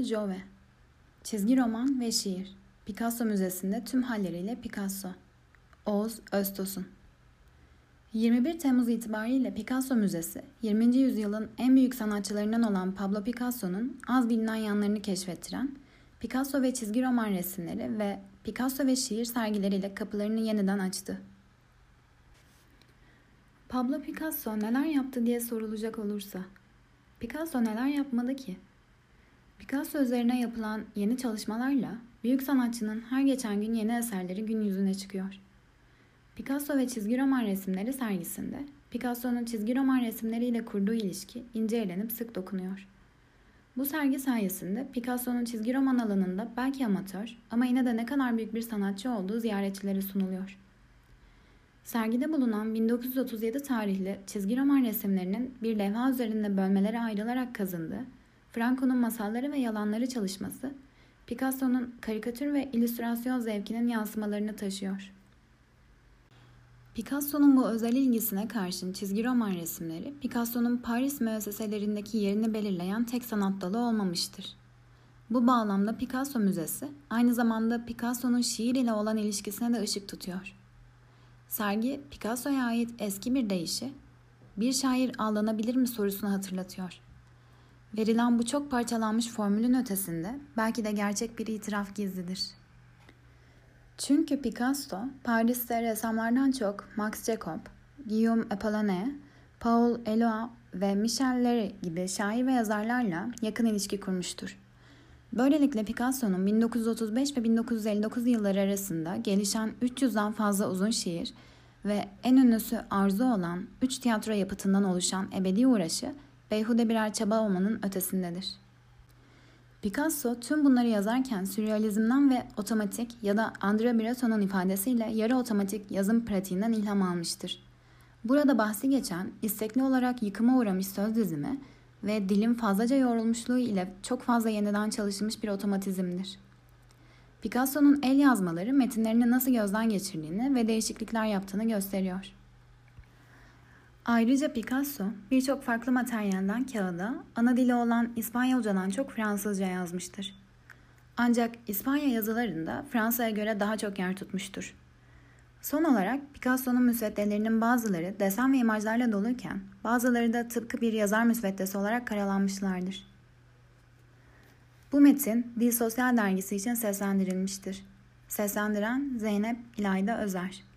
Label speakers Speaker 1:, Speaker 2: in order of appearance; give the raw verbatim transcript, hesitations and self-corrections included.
Speaker 1: Emile Jouvet. Çizgi roman ve şiir. Picasso Müzesi'nde tüm halleriyle Picasso. Oğuz Öztosun. yirmi bir Temmuz itibariyle Picasso Müzesi, yirminci yüzyılın en büyük sanatçılarından olan Pablo Picasso'nun az bilinen yanlarını keşfettiren, Picasso ve çizgi roman resimleri ve Picasso ve şiir sergileriyle kapılarını yeniden açtı. Pablo Picasso neler yaptı diye sorulacak olursa, Picasso neler yapmadı ki? Picasso üzerine yapılan yeni çalışmalarla büyük sanatçının her geçen gün yeni eserleri gün yüzüne çıkıyor. Picasso ve çizgi roman resimleri sergisinde Picasso'nun çizgi roman resimleriyle kurduğu ilişki incelenip sık dokunuyor. Bu sergi sayesinde Picasso'nun çizgi roman alanında belki amatör ama yine de ne kadar büyük bir sanatçı olduğu ziyaretçilere sunuluyor. Sergide bulunan bin dokuz yüz otuz yedi tarihli çizgi roman resimlerinin bir levha üzerinde bölmelere ayrılarak kazındığı Franco'nun Masalları ve Yalanları çalışması, Picasso'nun karikatür ve illüstrasyon zevkinin yansımalarını taşıyor. Picasso'nun bu özel ilgisine karşın çizgi roman resimleri, Picasso'nun Paris müesseselerindeki yerini belirleyen tek sanat dalı olmamıştır. Bu bağlamda Picasso Müzesi, aynı zamanda Picasso'nun şiir ile olan ilişkisine de ışık tutuyor. Sergi, Picasso'ya ait eski bir deyişi, bir şair ağlanabilir mi sorusunu hatırlatıyor. Verilen bu çok parçalanmış formülün ötesinde belki de gerçek bir itiraf gizlidir. Çünkü Picasso, Paris'te ressamlardan çok Max Jacob, Guillaume Apollinaire, Paul Eluard ve Michel Léry gibi şair ve yazarlarla yakın ilişki kurmuştur. Böylelikle Picasso'nun bin dokuz yüz otuz beş ve bin dokuz yüz elli dokuz yılları arasında gelişen üç yüzden fazla uzun şiir ve en ünlüsü Arzu olan üç tiyatro yapıtından oluşan ebedi uğraşı, beyhude birer çaba olmanın ötesindedir. Picasso tüm bunları yazarken sürrealizmden ve otomatik ya da Andrea Breton'un ifadesiyle yarı otomatik yazım pratiğinden ilham almıştır. Burada bahsi geçen istekli olarak yıkıma uğramış söz dizimi ve dilin fazlaca yorulmuşluğu ile çok fazla yeniden çalışılmış bir otomatizmdir. Picasso'nun el yazmaları metinlerini nasıl gözden geçirdiğini ve değişiklikler yaptığını gösteriyor. Ayrıca Picasso birçok farklı materyalden kağıda ana dili olan İspanyolcadan çok Fransızca yazmıştır. Ancak İspanya yazılarında Fransa'ya göre daha çok yer tutmuştur. Son olarak Picasso'nun müsveddelerinin bazıları desen ve imajlarla doluyken bazıları da tıpkı bir yazar müsveddesi olarak karalanmışlardır. Bu metin Dil Sosyal dergisi için seslendirilmiştir. Seslendiren Zeynep İlayda Özer.